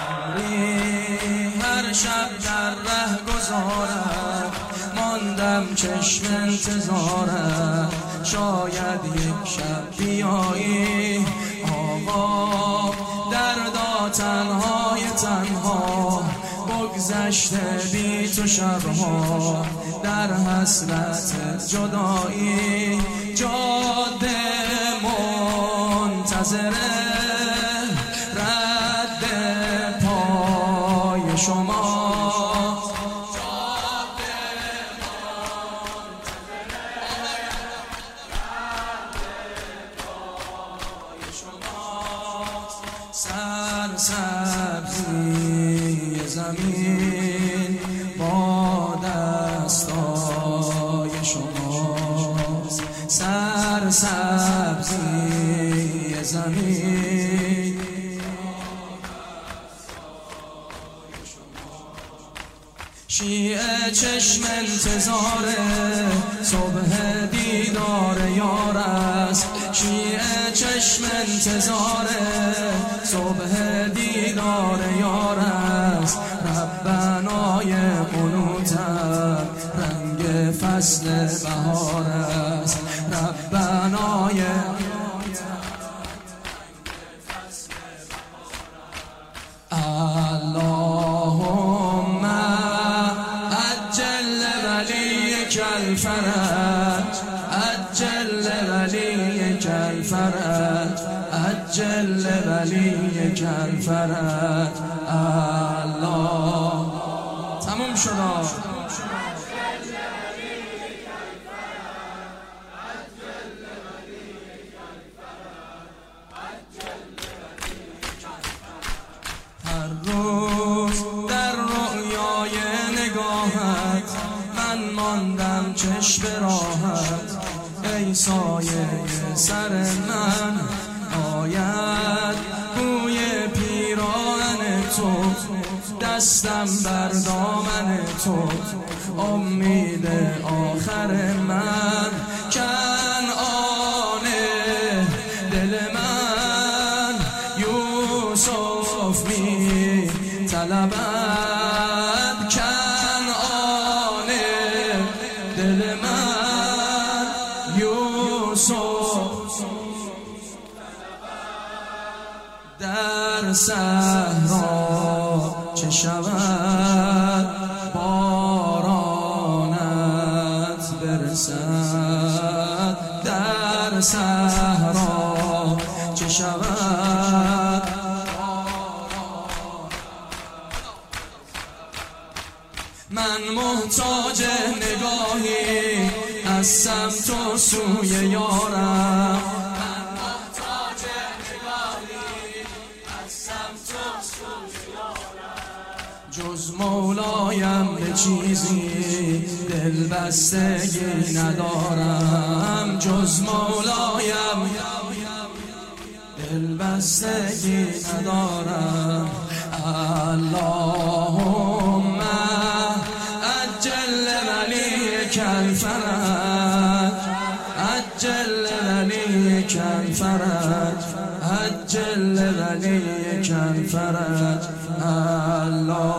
هر شب در ره گذارم، ماندم چشم انتظارم، شاید یک شب بیایی آقا. دردا تنهای تنها بگذشته بی تو شبها، در حسرت جدایی جاده منتظره رد پای شما. سرسبزی زمین با دستای شماست، سرسبزی زمین. شیعه چشم انتظاره صبح دیدار یار است، شیعه چشم انتظاره صبح دیدار یار است. ربنای قنوتم رنگ فصل بهار است، ربنای اللهم عجل ولیک الفرج، عجل ولیک الفرج، عجل ولیک الفرج. الله تموم شد. هر روز در رؤیای نگاهت من ماندم چشم راحت، ای سایه سر من آید بوی پیراهن تو، دستم بر دامن تو، امید آخر من کنعان دل من. یوسف می طلبد کنعان دل من، یوسف در صحرا چه شود بارانت برسد، در صحرا چه شود. من محتاج نگاهی از سمت و سوی یارم، جز مولایم به چیزی دل بستگی ندارم، جز مولایم دل بستگی ندارم. اللهم عجل ولیک الفرج، عجل ولیک الفرج، عجل ولیک الفرج. الله